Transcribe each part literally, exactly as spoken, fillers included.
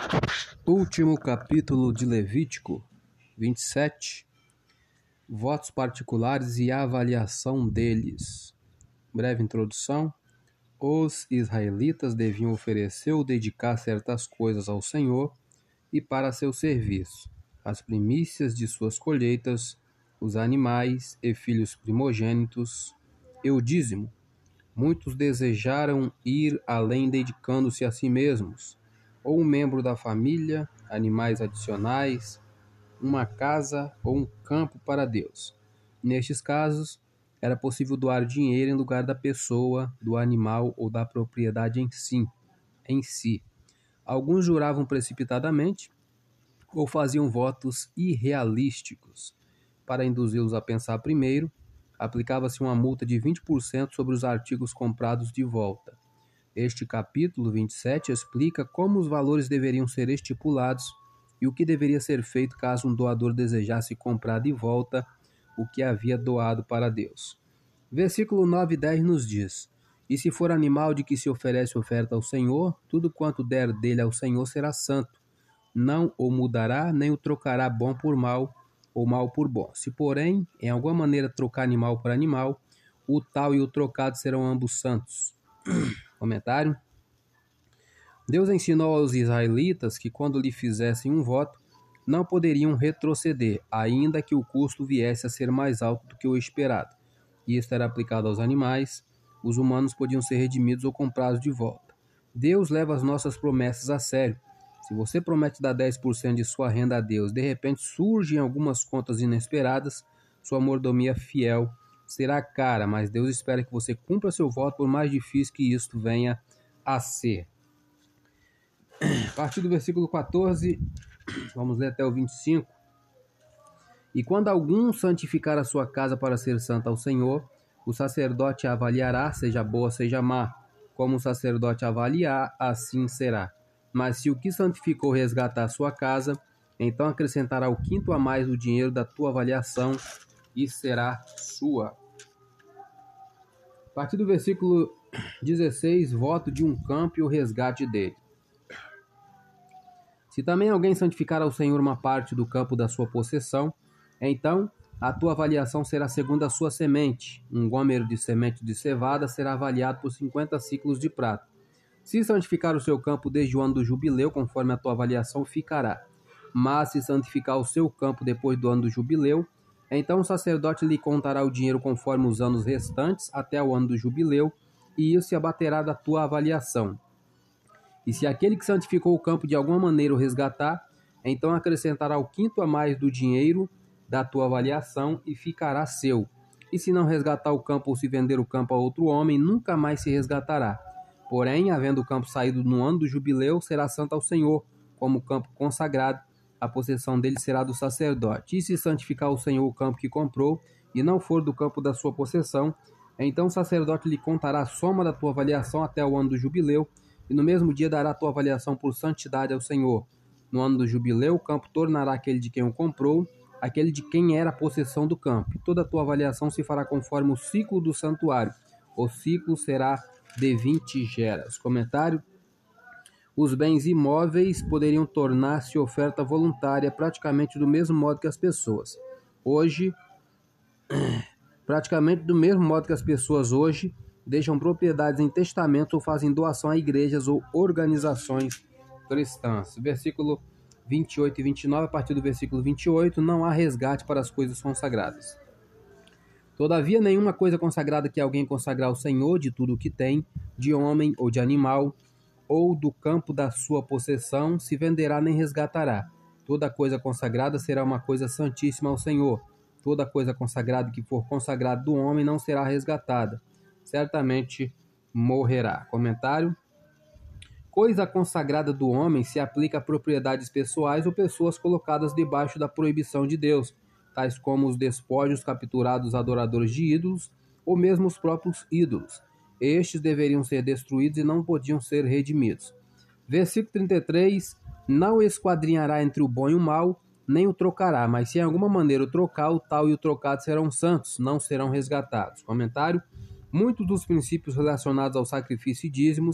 Último capítulo de Levítico, vinte e sete. Votos particulares e avaliação deles. Breve introdução. Os israelitas deviam oferecer ou dedicar certas coisas ao Senhor e para seu serviço, as primícias de suas colheitas, os animais e filhos primogênitos, e o dízimo. Muitos desejaram ir além dedicando-se a si mesmos, ou um membro da família, animais adicionais, uma casa ou um campo para Deus. Nestes casos, era possível doar dinheiro em lugar da pessoa, do animal ou da propriedade em si. Em si. Alguns juravam precipitadamente ou faziam votos irrealísticos. Para induzi-los a pensar primeiro, aplicava-se uma multa de vinte por cento sobre os artigos comprados de volta. Este capítulo vinte e sete explica como os valores deveriam ser estipulados e o que deveria ser feito caso um doador desejasse comprar de volta o que havia doado para Deus. Versículo nove e dez nos diz: E se for animal de que se oferece oferta ao Senhor, tudo quanto der dele ao Senhor será santo. Não o mudará, nem o trocará bom por mal, ou mal por bom. Se, porém, em alguma maneira trocar animal por animal, o tal e o trocado serão ambos santos. Comentário. Deus ensinou aos israelitas que quando lhe fizessem um voto, não poderiam retroceder, ainda que o custo viesse a ser mais alto do que o esperado. E isto era aplicado aos animais. Os humanos podiam ser redimidos ou comprados de volta. Deus leva as nossas promessas a sério. Se você promete dar dez por cento de sua renda a Deus, de repente surgem algumas contas inesperadas, sua mordomia fiel será cara, mas Deus espera que você cumpra seu voto, por mais difícil que isto venha a ser. A partir do versículo quatorze, vamos ler até o vinte e cinco. E quando algum santificar a sua casa para ser santa ao Senhor, o sacerdote a avaliará, seja boa, seja má. Como o sacerdote avaliar, assim será. Mas se o que santificou resgatar a sua casa, então acrescentará o quinto a mais do dinheiro da tua avaliação e será sua. A partir do versículo dezesseis, voto de um campo e o resgate dele. Se também alguém santificar ao Senhor uma parte do campo da sua possessão, então a tua avaliação será segundo a sua semente. Um gômero de semente de cevada será avaliado por cinquenta ciclos de prata. Se santificar o seu campo desde o ano do jubileu, conforme a tua avaliação, ficará. Mas se santificar o seu campo depois do ano do jubileu, então o sacerdote lhe contará o dinheiro conforme os anos restantes até o ano do jubileu, e isso se abaterá da tua avaliação. E se aquele que santificou o campo de alguma maneira o resgatar, então acrescentará o quinto a mais do dinheiro da tua avaliação e ficará seu. E se não resgatar o campo ou se vender o campo a outro homem, nunca mais se resgatará. Porém, havendo o campo saído no ano do jubileu, será santo ao Senhor, como campo consagrado, a possessão dele será do sacerdote. E se santificar o Senhor o campo que comprou, e não for do campo da sua possessão, então o sacerdote lhe contará a soma da tua avaliação até o ano do jubileu, e no mesmo dia dará a tua avaliação por santidade ao Senhor. No ano do jubileu, o campo tornará aquele de quem o comprou, aquele de quem era a possessão do campo. E toda a tua avaliação se fará conforme o ciclo do santuário. O ciclo será de vinte geras. Comentário. Os bens imóveis poderiam tornar-se oferta voluntária praticamente do mesmo modo que as pessoas. Hoje, praticamente do mesmo modo que as pessoas hoje deixam propriedades em testamento ou fazem doação a igrejas ou organizações cristãs. Versículo vinte e oito e vinte e nove, a partir do versículo vinte e oito, não há resgate para as coisas consagradas. Todavia, nenhuma coisa consagrada que alguém consagrar ao Senhor de tudo o que tem, de homem ou de animal, ou do campo da sua possessão, se venderá nem resgatará. Toda coisa consagrada será uma coisa santíssima ao Senhor. Toda coisa consagrada que for consagrada do homem não será resgatada. Certamente morrerá. Comentário. Coisa consagrada do homem se aplica a propriedades pessoais ou pessoas colocadas debaixo da proibição de Deus, tais como os despojos capturados adoradores de ídolos, ou mesmo os próprios ídolos. Estes deveriam ser destruídos e não podiam ser redimidos. Versículo trinta e três. Não esquadrinhará entre o bom e o mal, nem o trocará, mas se em alguma maneira o trocar, o tal e o trocado serão santos, não serão resgatados. Comentário. Muitos dos princípios relacionados ao sacrifício e dízimos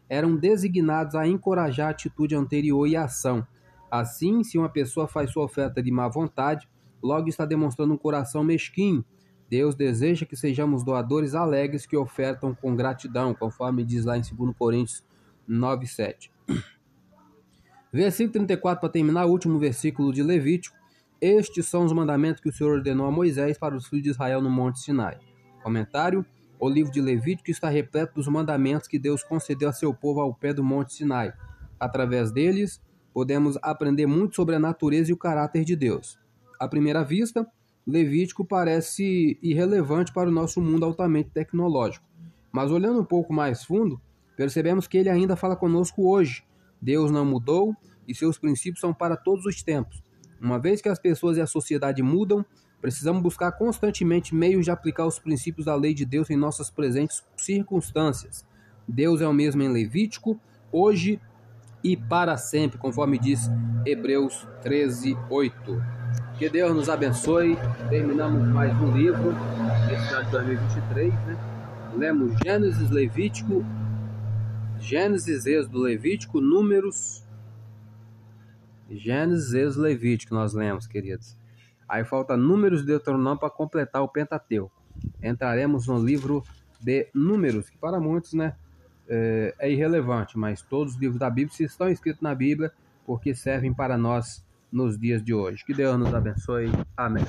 eram designados a encorajar a atitude anterior e a ação. Assim, se uma pessoa faz sua oferta de má vontade, logo está demonstrando um coração mesquinho. Deus deseja que sejamos doadores alegres que ofertam com gratidão, conforme diz lá em dois Coríntios nove, sete. Versículo trinta e quatro, para terminar, o último versículo de Levítico. Estes são os mandamentos que o Senhor ordenou a Moisés para os filhos de Israel no Monte Sinai. Comentário: o livro de Levítico está repleto dos mandamentos que Deus concedeu a seu povo ao pé do Monte Sinai. Através deles, podemos aprender muito sobre a natureza e o caráter de Deus. À primeira vista, Levítico parece irrelevante para o nosso mundo altamente tecnológico. Mas olhando um pouco mais fundo, percebemos que ele ainda fala conosco hoje. Deus não mudou e seus princípios são para todos os tempos. Uma vez que as pessoas e a sociedade mudam, precisamos buscar constantemente meios de aplicar os princípios da lei de Deus em nossas presentes circunstâncias. Deus é o mesmo em Levítico, hoje e para sempre, conforme diz Hebreus treze, oito. Que Deus nos abençoe. Terminamos mais um livro, esse ano de dois mil e vinte e três, né? Lemos Gênesis, Levítico, Gênesis, Êxodo, Levítico, Números, Gênesis, Êxodo, Levítico, nós lemos, queridos. Aí falta Números e Deuteronômio para completar o Pentateuco. Entraremos no livro de Números, que para muitos, né, é, é irrelevante, mas todos os livros da Bíblia se estão escritos na Bíblia porque servem para nós nos dias de hoje. Que Deus nos abençoe. Amém.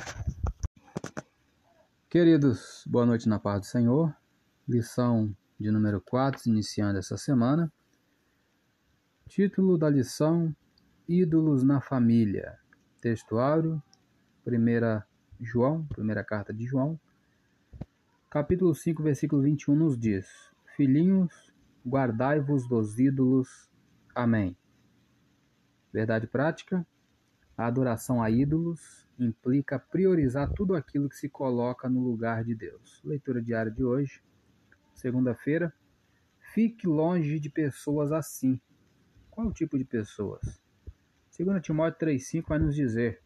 Queridos, boa noite na paz do Senhor. Lição de número quatro, iniciando essa semana. Título da lição: Ídolos na Família. Textuário: primeira João, primeira carta de João, capítulo cinco, versículo vinte e um, nos diz: Filhinhos, guardai-vos dos ídolos. Amém. Verdade prática: a adoração a ídolos implica priorizar tudo aquilo que se coloca no lugar de Deus. Leitura diária de hoje, segunda-feira. Fique longe de pessoas assim. Qual o tipo de pessoas? Segunda Timóteo três, cinco vai nos dizer: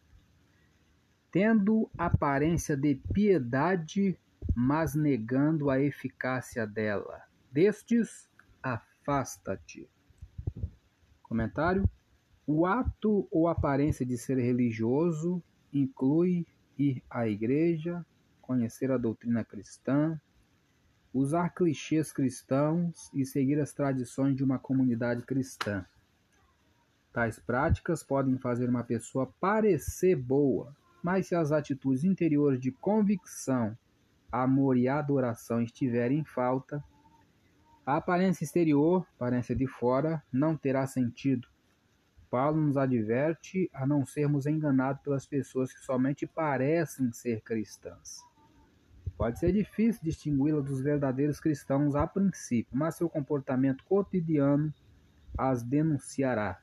tendo aparência de piedade, mas negando a eficácia dela. Destes, afasta-te. Comentário: o ato ou aparência de ser religioso inclui ir à igreja, conhecer a doutrina cristã, usar clichês cristãos e seguir as tradições de uma comunidade cristã. Tais práticas podem fazer uma pessoa parecer boa, mas se as atitudes interiores de convicção, amor e adoração estiverem em falta, a aparência exterior, aparência de fora, não terá sentido. Paulo nos adverte a não sermos enganados pelas pessoas que somente parecem ser cristãs. Pode ser difícil distingui-la dos verdadeiros cristãos a princípio, mas seu comportamento cotidiano as denunciará.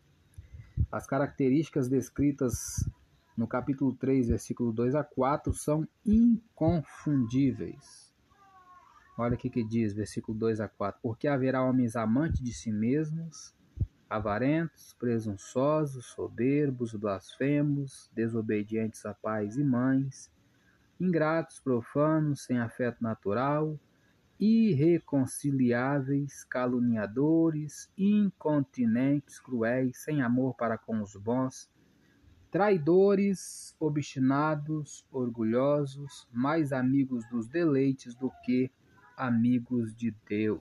As características descritas no capítulo três, versículo dois a quatro, são inconfundíveis. Olha o que diz, versículo dois a quatro. Porque haverá homens amantes de si mesmos, avarentos, presunçosos, soberbos, blasfemos, desobedientes a pais e mães, ingratos, profanos, sem afeto natural, irreconciliáveis, caluniadores, incontinentes, cruéis, sem amor para com os bons, traidores, obstinados, orgulhosos, mais amigos dos deleites do que amigos de Deus.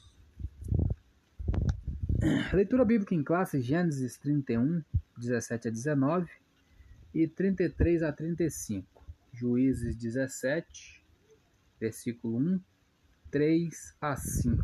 Leitura bíblica em classe: Gênesis trinta e um, dezessete a dezenove e trinta e três a trinta e cinco. Juízes dezessete, versículo um, três a cinco.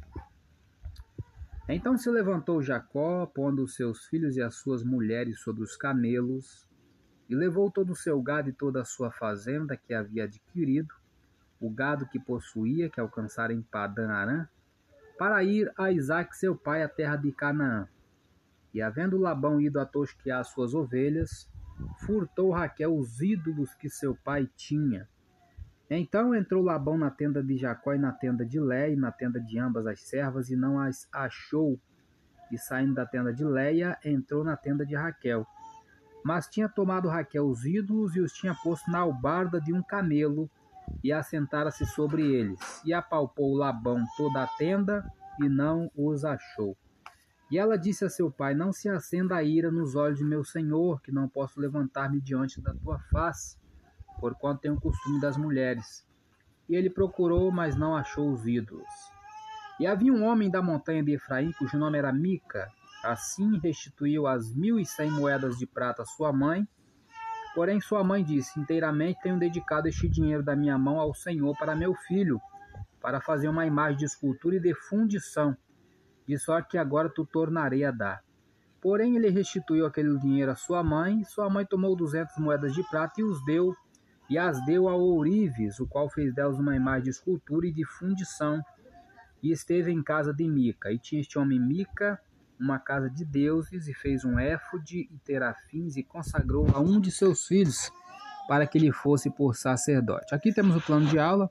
Então se levantou Jacó, pondo os seus filhos e as suas mulheres sobre os camelos, e levou todo o seu gado e toda a sua fazenda que havia adquirido, o gado que possuía, que alcançara em Padã-Arã, para ir a Isaque seu pai à terra de Canaã. E havendo Labão ido a tosquear suas ovelhas, furtou Raquel os ídolos que seu pai tinha. Então entrou Labão na tenda de Jacó e na tenda de Léia e na tenda de ambas as servas, e não as achou. E saindo da tenda de Léia, entrou na tenda de Raquel. Mas tinha tomado Raquel os ídolos e os tinha posto na albarda de um camelo, e assentara-se sobre eles. E apalpou Labão toda a tenda, e não os achou. E ela disse a seu pai: não se acenda a ira nos olhos de meu senhor, que não posso levantar-me diante da tua face, porquanto tenho o costume das mulheres. E ele procurou, mas não achou os ídolos. E havia um homem da montanha de Efraim, cujo nome era Mica. Assim restituiu as mil e cem moedas de prata à sua mãe. Porém sua mãe disse: inteiramente tenho dedicado este dinheiro da minha mão ao Senhor para meu filho, para fazer uma imagem de escultura e de fundição, de sorte que agora tu tornarei a dar. Porém ele restituiu aquele dinheiro à sua mãe, e sua mãe tomou duzentas moedas de prata e os deu, e as deu ao ourives, o qual fez delas uma imagem de escultura e de fundição, e esteve em casa de Mica. E tinha este homem Mica uma casa de deuses, e fez um éfode e terafins, e consagrou a um de seus filhos, para que ele fosse por sacerdote. Aqui temos o plano de aula.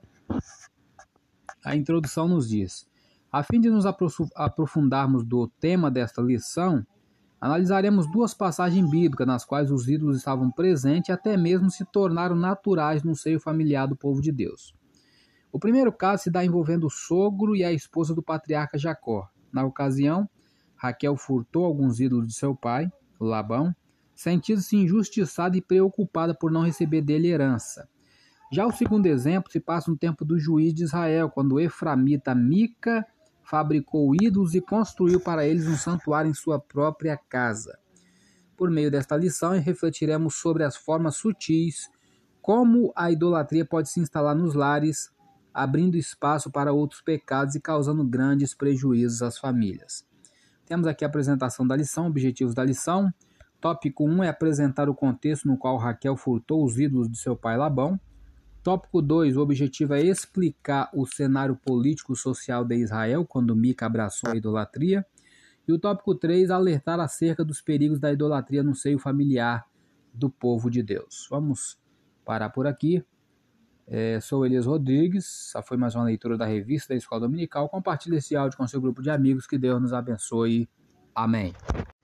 A introdução nos diz: a fim de nos aprofundarmos do tema desta lição, analisaremos duas passagens bíblicas nas quais os ídolos estavam presentes e até mesmo se tornaram naturais no seio familiar do povo de Deus. O primeiro caso se dá envolvendo o sogro e a esposa do patriarca Jacó. Na ocasião, Raquel furtou alguns ídolos de seu pai, Labão, sentindo-se injustiçada e preocupada por não receber dele herança. Já o segundo exemplo se passa no tempo do juiz de Israel, quando o eframita Mica fabricou ídolos e construiu para eles um santuário em sua própria casa. Por meio desta lição, refletiremos sobre as formas sutis, como a idolatria pode se instalar nos lares, abrindo espaço para outros pecados e causando grandes prejuízos às famílias. Temos aqui a apresentação da lição, objetivos da lição. Tópico um é apresentar o contexto no qual Raquel furtou os ídolos de seu pai Labão. Tópico dois, o objetivo é explicar o cenário político-social de Israel, quando Mica abraçou a idolatria. E o tópico três, alertar acerca dos perigos da idolatria no seio familiar do povo de Deus. Vamos parar por aqui. É, sou Elias Rodrigues, essa foi mais uma leitura da revista da Escola Dominical. Compartilhe esse áudio com seu grupo de amigos, que Deus nos abençoe. Amém.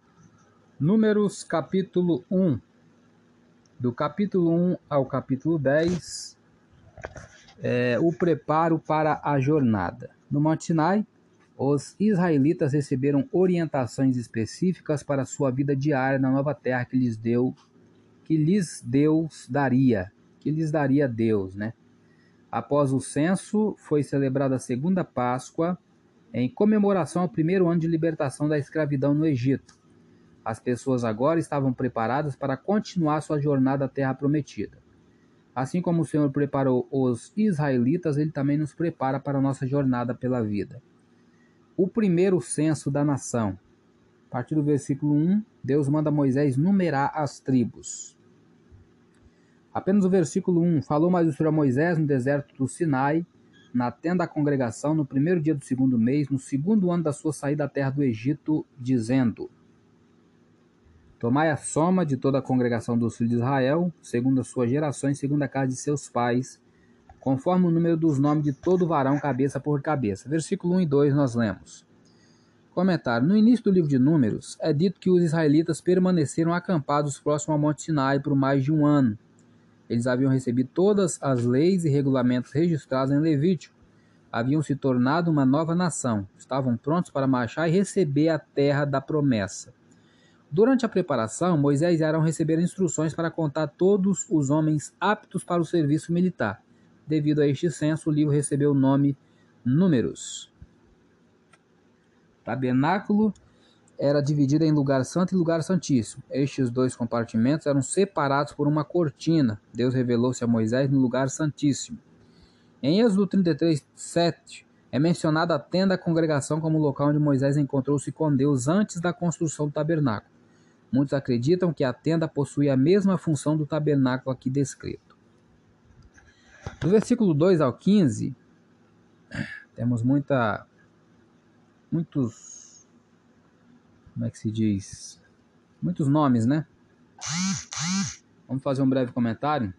Números capítulo um. Do capítulo um ao capítulo dez, é, o preparo para a jornada. No Monte Sinai, os israelitas receberam orientações específicas para a sua vida diária na nova terra que lhes deu, que lhes Deus daria. que lhes daria Deus, né? Após o censo, foi celebrada a segunda Páscoa, em comemoração ao primeiro ano de libertação da escravidão no Egito. As pessoas agora estavam preparadas para continuar sua jornada à terra prometida. Assim como o Senhor preparou os israelitas, Ele também nos prepara para a nossa jornada pela vida. O primeiro censo da nação. A partir do versículo um, Deus manda Moisés numerar as tribos. Apenas o versículo um, falou mais o Senhor a Moisés no deserto do Sinai, na tenda da congregação, no primeiro dia do segundo mês, no segundo ano da sua saída da terra do Egito, dizendo: tomai a soma de toda a congregação dos filhos de Israel, segundo as suas gerações, segundo a casa de seus pais, conforme o número dos nomes de todo varão, cabeça por cabeça. Versículo um e dois nós lemos. Comentário. No início do livro de Números, é dito que os israelitas permaneceram acampados próximo ao Monte Sinai por mais de um ano. Eles haviam recebido todas as leis e regulamentos registrados em Levítico. Haviam se tornado uma nova nação. Estavam prontos para marchar e receber a terra da promessa. Durante a preparação, Moisés e Arão receberam instruções para contar todos os homens aptos para o serviço militar. Devido a este censo, o livro recebeu o nome Números. O tabernáculo era dividido em lugar santo e lugar santíssimo. Estes dois compartimentos eram separados por uma cortina. Deus revelou-se a Moisés no lugar santíssimo. Em Êxodo trinta e três, sete, é mencionada a tenda da congregação como local onde Moisés encontrou-se com Deus antes da construção do tabernáculo. Muitos acreditam que a tenda possui a mesma função do tabernáculo aqui descrito. Do versículo dois ao quinze, temos muita, muitos... Como é que se diz? Muitos nomes, né? Vamos fazer um breve comentário.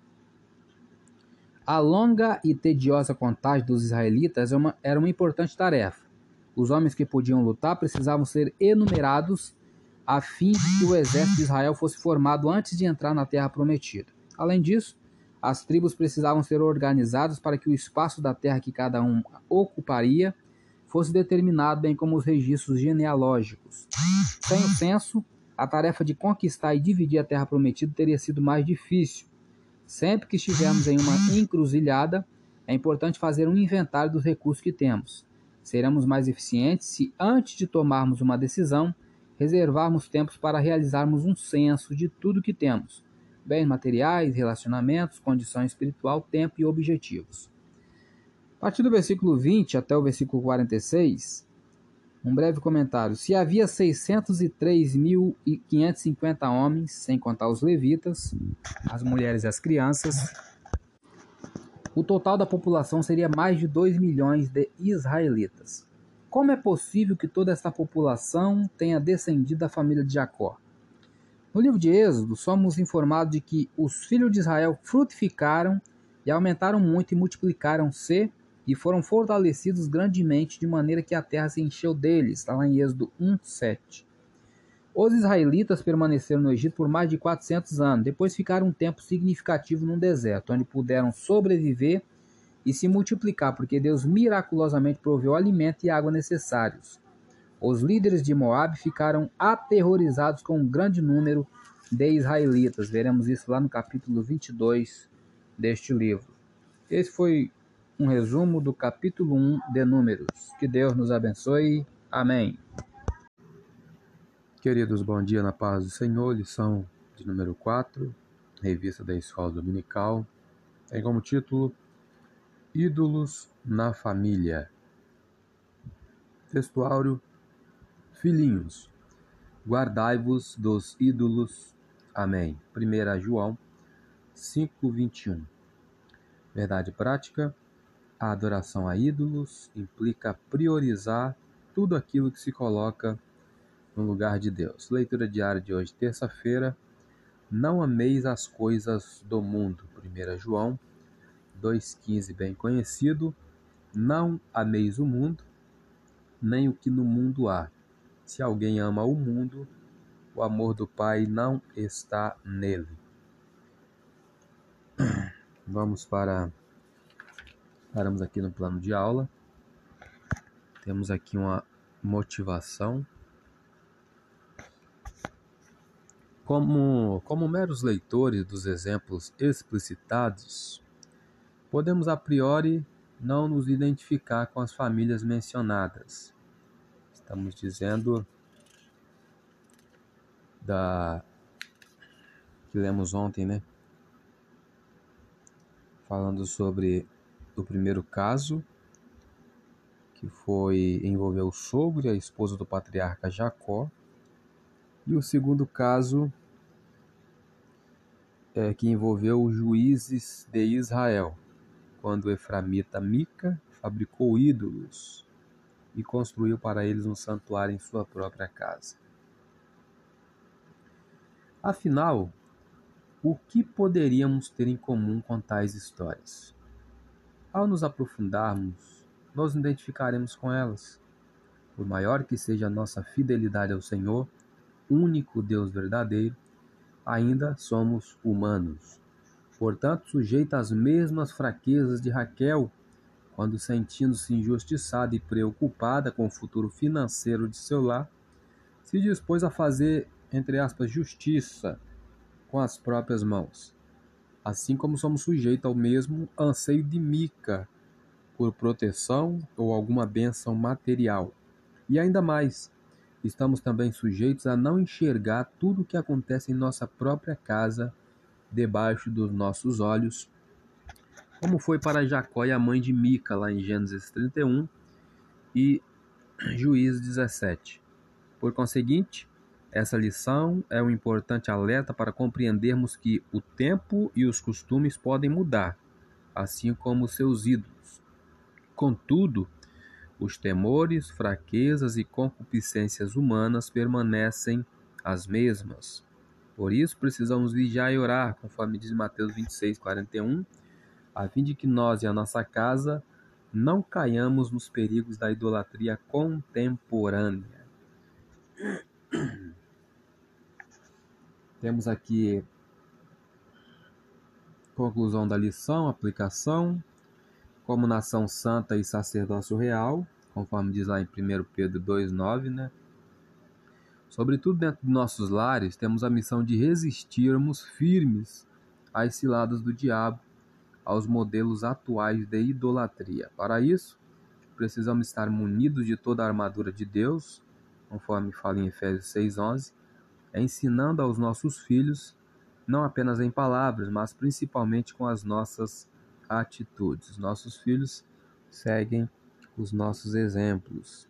A longa e tediosa contagem dos israelitas era uma, era uma importante tarefa. Os homens que podiam lutar precisavam ser enumerados a fim de que o exército de Israel fosse formado antes de entrar na terra prometida. Além disso, as tribos precisavam ser organizadas para que o espaço da terra que cada um ocuparia fosse determinado, bem como os registros genealógicos. Sem o censo, a tarefa de conquistar e dividir a terra prometida teria sido mais difícil. Sempre que estivermos em uma encruzilhada, é importante fazer um inventário dos recursos que temos. Seremos mais eficientes se, antes de tomarmos uma decisão, reservarmos tempos para realizarmos um censo de tudo que temos: bens materiais, relacionamentos, condição espiritual, tempo e objetivos. A partir do versículo vinte até o versículo quarenta e seis, um breve comentário. Se havia seiscentos e três mil quinhentos e cinquenta homens, sem contar os levitas, as mulheres e as crianças, o total da população seria mais de dois milhões de israelitas. Como é possível que toda esta população tenha descendido da família de Jacó? No livro de Êxodo, somos informados de que os filhos de Israel frutificaram e aumentaram muito e multiplicaram-se e foram fortalecidos grandemente, de maneira que a terra se encheu deles. Está lá em Êxodo um, sete. Os israelitas permaneceram no Egito por mais de quatrocentos anos. Depois ficaram um tempo significativo num deserto, onde puderam sobreviver e se multiplicar, porque Deus miraculosamente proveu alimento e água necessários. Os líderes de Moabe ficaram aterrorizados com um grande número de israelitas. Veremos isso lá no capítulo vinte e dois deste livro. Esse foi um resumo do capítulo um de Números. Que Deus nos abençoe. Amém. Queridos, bom dia na paz do Senhor. Lição de número quatro, revista da Escola Dominical. Tem como título Ídolos na Família. Textuário: Filhinhos, guardai-vos dos ídolos. Amém. primeira João cinco, vinte e um. Verdade prática: a adoração a ídolos implica priorizar tudo aquilo que se coloca no lugar de Deus. Leitura diária de hoje, terça-feira. Não ameis as coisas do mundo. primeira João dois, quinze, bem conhecido. Não ameis o mundo, nem o que no mundo há. Se alguém ama o mundo, o amor do Pai não está nele. Vamos para... Paramos aqui no plano de aula. Temos aqui uma motivação. Como, como meros leitores dos exemplos explicitados, podemos a priori não nos identificar com as famílias mencionadas. Estamos dizendo da que lemos ontem, né? Falando sobre o primeiro caso, que foi envolver o sogro e a esposa do patriarca Jacó, e o segundo caso é que envolveu os juízes de Israel, quando o eframita Mica fabricou ídolos e construiu para eles um santuário em sua própria casa. Afinal, o que poderíamos ter em comum com tais histórias? Ao nos aprofundarmos, nos identificaremos com elas. Por maior que seja a nossa fidelidade ao Senhor, único Deus verdadeiro, ainda somos humanos. Portanto, sujeita às mesmas fraquezas de Raquel, quando, sentindo-se injustiçada e preocupada com o futuro financeiro de seu lar, se dispôs a fazer, entre aspas, justiça com as próprias mãos. Assim como somos sujeitos ao mesmo anseio de Mica por proteção ou alguma bênção material. E ainda mais, estamos também sujeitos a não enxergar tudo o que acontece em nossa própria casa debaixo dos nossos olhos, como foi para Jacó e a mãe de Mica, lá em Gênesis trinta e um e Juízes dezessete. Por conseguinte, essa lição é um importante alerta para compreendermos que o tempo e os costumes podem mudar, assim como seus ídolos. Contudo, os temores, fraquezas e concupiscências humanas permanecem as mesmas. Por isso, precisamos vigiar e orar, conforme diz Mateus vinte e seis, quarenta e um, a fim de que nós e a nossa casa não caiamos nos perigos da idolatria contemporânea. Temos aqui conclusão da lição, aplicação. Como nação santa e sacerdócio real, conforme diz lá em primeiro Pedro dois, nove, né? Sobretudo dentro de nossos lares, temos a missão de resistirmos firmes às ciladas do diabo, aos modelos atuais de idolatria. Para isso, precisamos estar munidos de toda a armadura de Deus, conforme fala em Efésios seis, onze, ensinando aos nossos filhos, não apenas em palavras, mas principalmente com as nossas atitudes. Os nossos filhos seguem os nossos exemplos.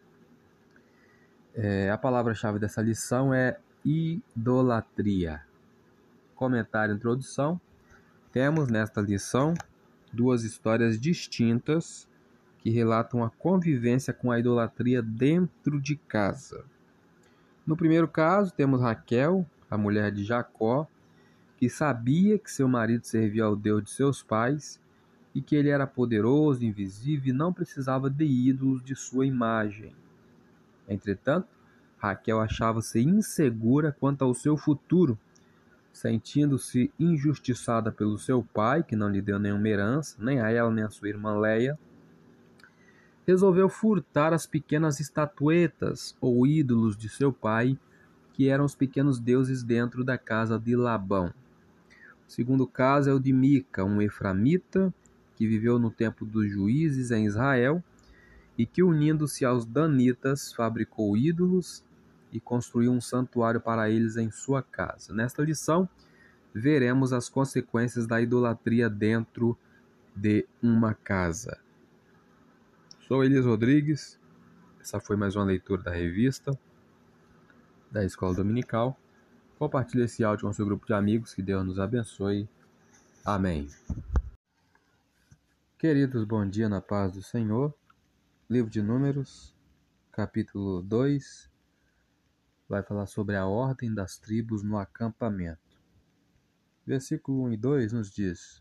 É, a palavra-chave dessa lição é idolatria. Comentário e introdução. Temos nesta lição duas histórias distintas que relatam a convivência com a idolatria dentro de casa. No primeiro caso, temos Raquel, a mulher de Jacó, que sabia que seu marido servia ao Deus de seus pais e que ele era poderoso, invisível e não precisava de ídolos de sua imagem. Entretanto, Raquel achava-se insegura quanto ao seu futuro, sentindo-se injustiçada pelo seu pai, que não lhe deu nenhuma herança, nem a ela nem a sua irmã Leia. Resolveu furtar as pequenas estatuetas ou ídolos de seu pai, que eram os pequenos deuses dentro da casa de Labão. O segundo caso é o de Mica, um eframita que viveu no tempo dos juízes em Israel e que, unindo-se aos danitas, fabricou ídolos e construiu um santuário para eles em sua casa. Nesta lição, veremos as consequências da idolatria dentro de uma casa. Sou Elias Rodrigues, essa foi mais uma leitura da revista da Escola Dominical. Compartilhe esse áudio com seu grupo de amigos, que Deus nos abençoe. Amém. Queridos, bom dia na paz do Senhor. Livro de Números, capítulo dois, vai falar sobre a ordem das tribos no acampamento. Versículo um e dois nos diz: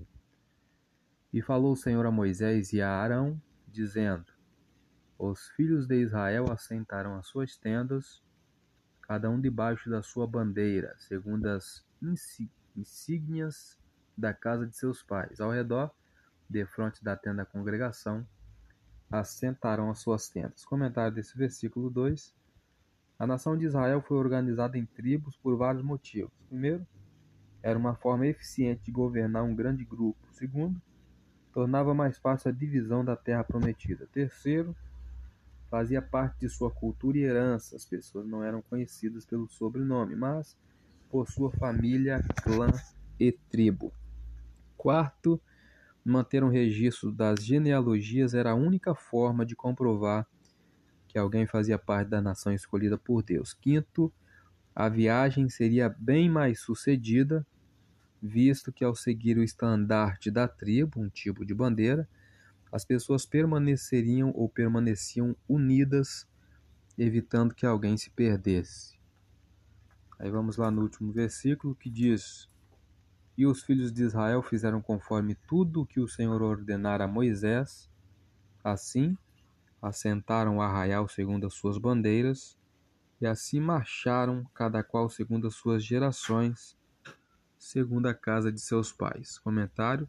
E falou o Senhor a Moisés e a Arão, dizendo: Os filhos de Israel assentaram as suas tendas, cada um debaixo da sua bandeira, segundo as insígnias da casa de seus pais. Ao redor, defronte da tenda da congregação, assentaram as suas tendas. Comentário desse versículo dois. A nação de Israel foi organizada em tribos por vários motivos. Primeiro, era uma forma eficiente de governar um grande grupo. Segundo, tornava mais fácil a divisão da terra prometida. Terceiro, fazia parte de sua cultura e herança. As pessoas não eram conhecidas pelo sobrenome, mas por sua família, clã e tribo. Quarto, manter um registro das genealogias era a única forma de comprovar que alguém fazia parte da nação escolhida por Deus. Quinto, a viagem seria bem mais sucedida, visto que ao seguir o estandarte da tribo, um tipo de bandeira, as pessoas permaneceriam ou permaneciam unidas, evitando que alguém se perdesse. Aí vamos lá no último versículo, que diz: E os filhos de Israel fizeram conforme tudo o que o Senhor ordenara a Moisés. Assim, assentaram o arraial segundo as suas bandeiras, e assim marcharam, cada qual segundo as suas gerações, segundo a casa de seus pais. Comentário: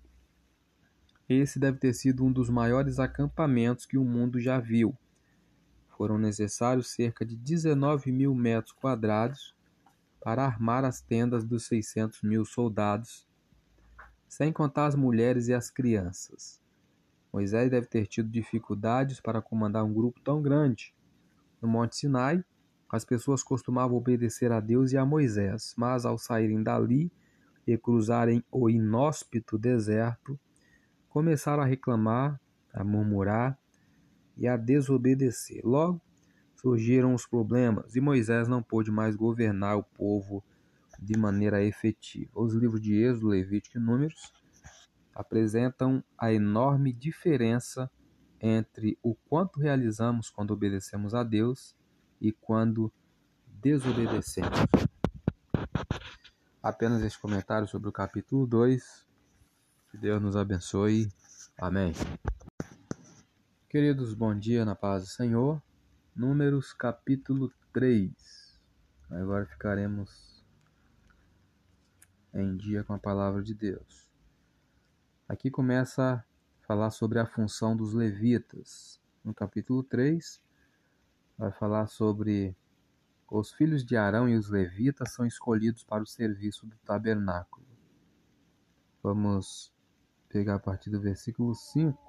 Esse deve ter sido um dos maiores acampamentos que o mundo já viu. Foram necessários cerca de dezenove mil metros quadrados para armar as tendas dos seiscentos mil soldados, sem contar as mulheres e as crianças. Moisés deve ter tido dificuldades para comandar um grupo tão grande. No Monte Sinai, as pessoas costumavam obedecer a Deus e a Moisés, mas ao saírem dali e cruzarem o inóspito deserto, começaram a reclamar, a murmurar e a desobedecer. Logo, surgiram os problemas e Moisés não pôde mais governar o povo de maneira efetiva. Os livros de Êxodo, Levítico e Números apresentam a enorme diferença entre o quanto realizamos quando obedecemos a Deus e quando desobedecemos. Apenas este comentário sobre o capítulo dois. Que Deus nos abençoe. Amém. Queridos, bom dia na paz do Senhor. Números capítulo três. Agora ficaremos em dia com a palavra de Deus. Aqui começa a falar sobre a função dos levitas. No capítulo três, vai falar sobre os filhos de Arão e os levitas são escolhidos para o serviço do tabernáculo. Vamos pegar a partir do versículo cinco.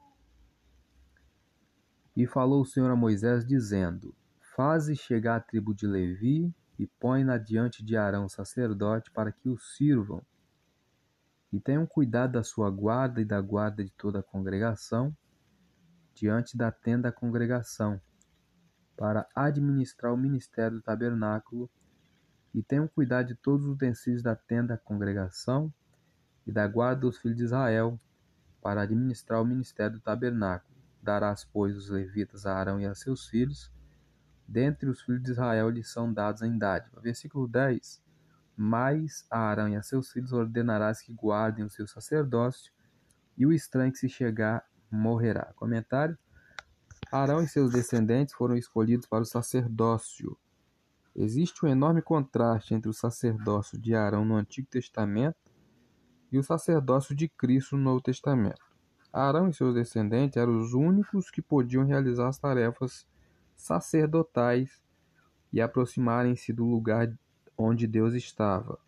E falou o Senhor a Moisés, dizendo: Faze chegar a tribo de Levi e põe-na diante de Arão, sacerdote, para que o sirvam. E tenham cuidado da sua guarda e da guarda de toda a congregação, diante da tenda da congregação, para administrar o ministério do tabernáculo. E tenham cuidado de todos os utensílios da tenda da congregação e da guarda dos filhos de Israel, para administrar o ministério do tabernáculo. Darás, pois, os levitas a Arão e a seus filhos. Dentre os filhos de Israel lhes são dados em dádiva. Versículo dez. Mas a Arão e a seus filhos ordenarás que guardem o seu sacerdócio, e o estranho que se chegar morrerá. Comentário. Arão e seus descendentes foram escolhidos para o sacerdócio. Existe um enorme contraste entre o sacerdócio de Arão no Antigo Testamento e o sacerdócio de Cristo no Novo Testamento. Arão e seus descendentes eram os únicos que podiam realizar as tarefas sacerdotais e aproximarem-se do lugar onde Deus estava.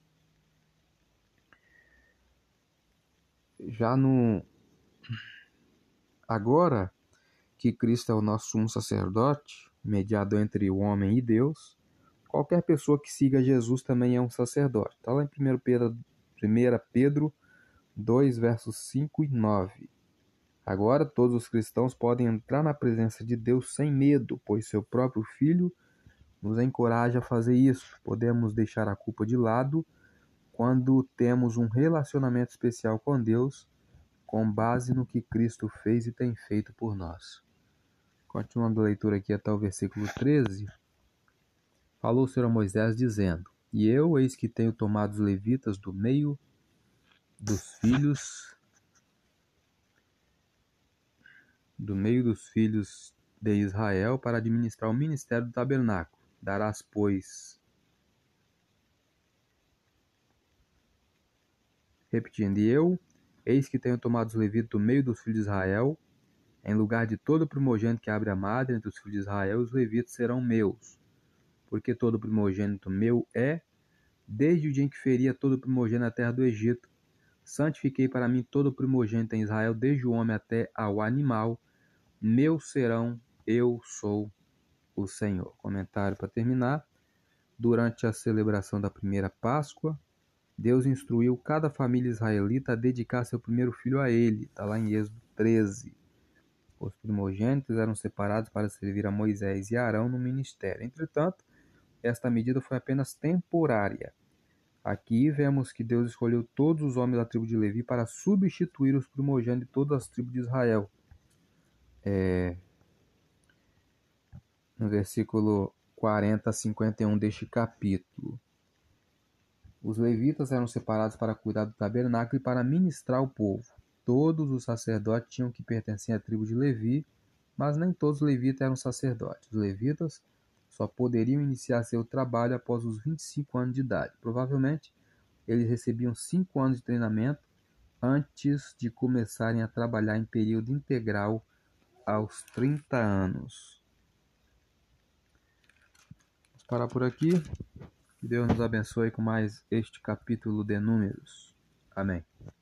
Já no agora que Cristo é o nosso sumo sacerdote, mediador entre o homem e Deus, qualquer pessoa que siga Jesus também é um sacerdote. Está lá em primeira Pedro dois, versos cinco e nove. Agora todos os cristãos podem entrar na presença de Deus sem medo, pois seu próprio Filho nos encoraja a fazer isso. Podemos deixar a culpa de lado quando temos um relacionamento especial com Deus, com base no que Cristo fez e tem feito por nós. Continuando a leitura aqui até o versículo treze. Falou o Senhor a Moisés, dizendo: E eu, eis que tenho tomado os levitas do meio dos filhos do meio dos filhos de Israel para administrar o ministério do tabernáculo. Darás, pois, repetindo, e eu, eis que tenho tomado os levitas do meio dos filhos de Israel, em lugar de todo primogênito que abre a madre entre os filhos de Israel, os levitas serão meus, porque todo primogênito meu é, desde o dia em que feria todo primogênito na terra do Egito. Santifiquei para mim todo primogênito em Israel, desde o homem até ao animal, meus serão, eu sou o Senhor. Comentário para terminar. Durante a celebração da primeira Páscoa, Deus instruiu cada família israelita a dedicar seu primeiro filho a ele. Está lá em Êxodo treze. Os primogênitos eram separados para servir a Moisés e Arão no ministério. Entretanto, esta medida foi apenas temporária. Aqui vemos que Deus escolheu todos os homens da tribo de Levi para substituir os primogênitos de todas as tribos de Israel. É... No versículo quarenta a cinquenta e um deste capítulo. Os levitas eram separados para cuidar do tabernáculo e para ministrar o povo. Todos os sacerdotes tinham que pertencer à tribo de Levi, mas nem todos os levitas eram sacerdotes. Os levitas só poderiam iniciar seu trabalho após os vinte e cinco anos de idade. Provavelmente, eles recebiam cinco anos de treinamento antes de começarem a trabalhar em período integral aos trinta anos. Vamos parar por aqui. Que Deus nos abençoe com mais este capítulo de Números. Amém.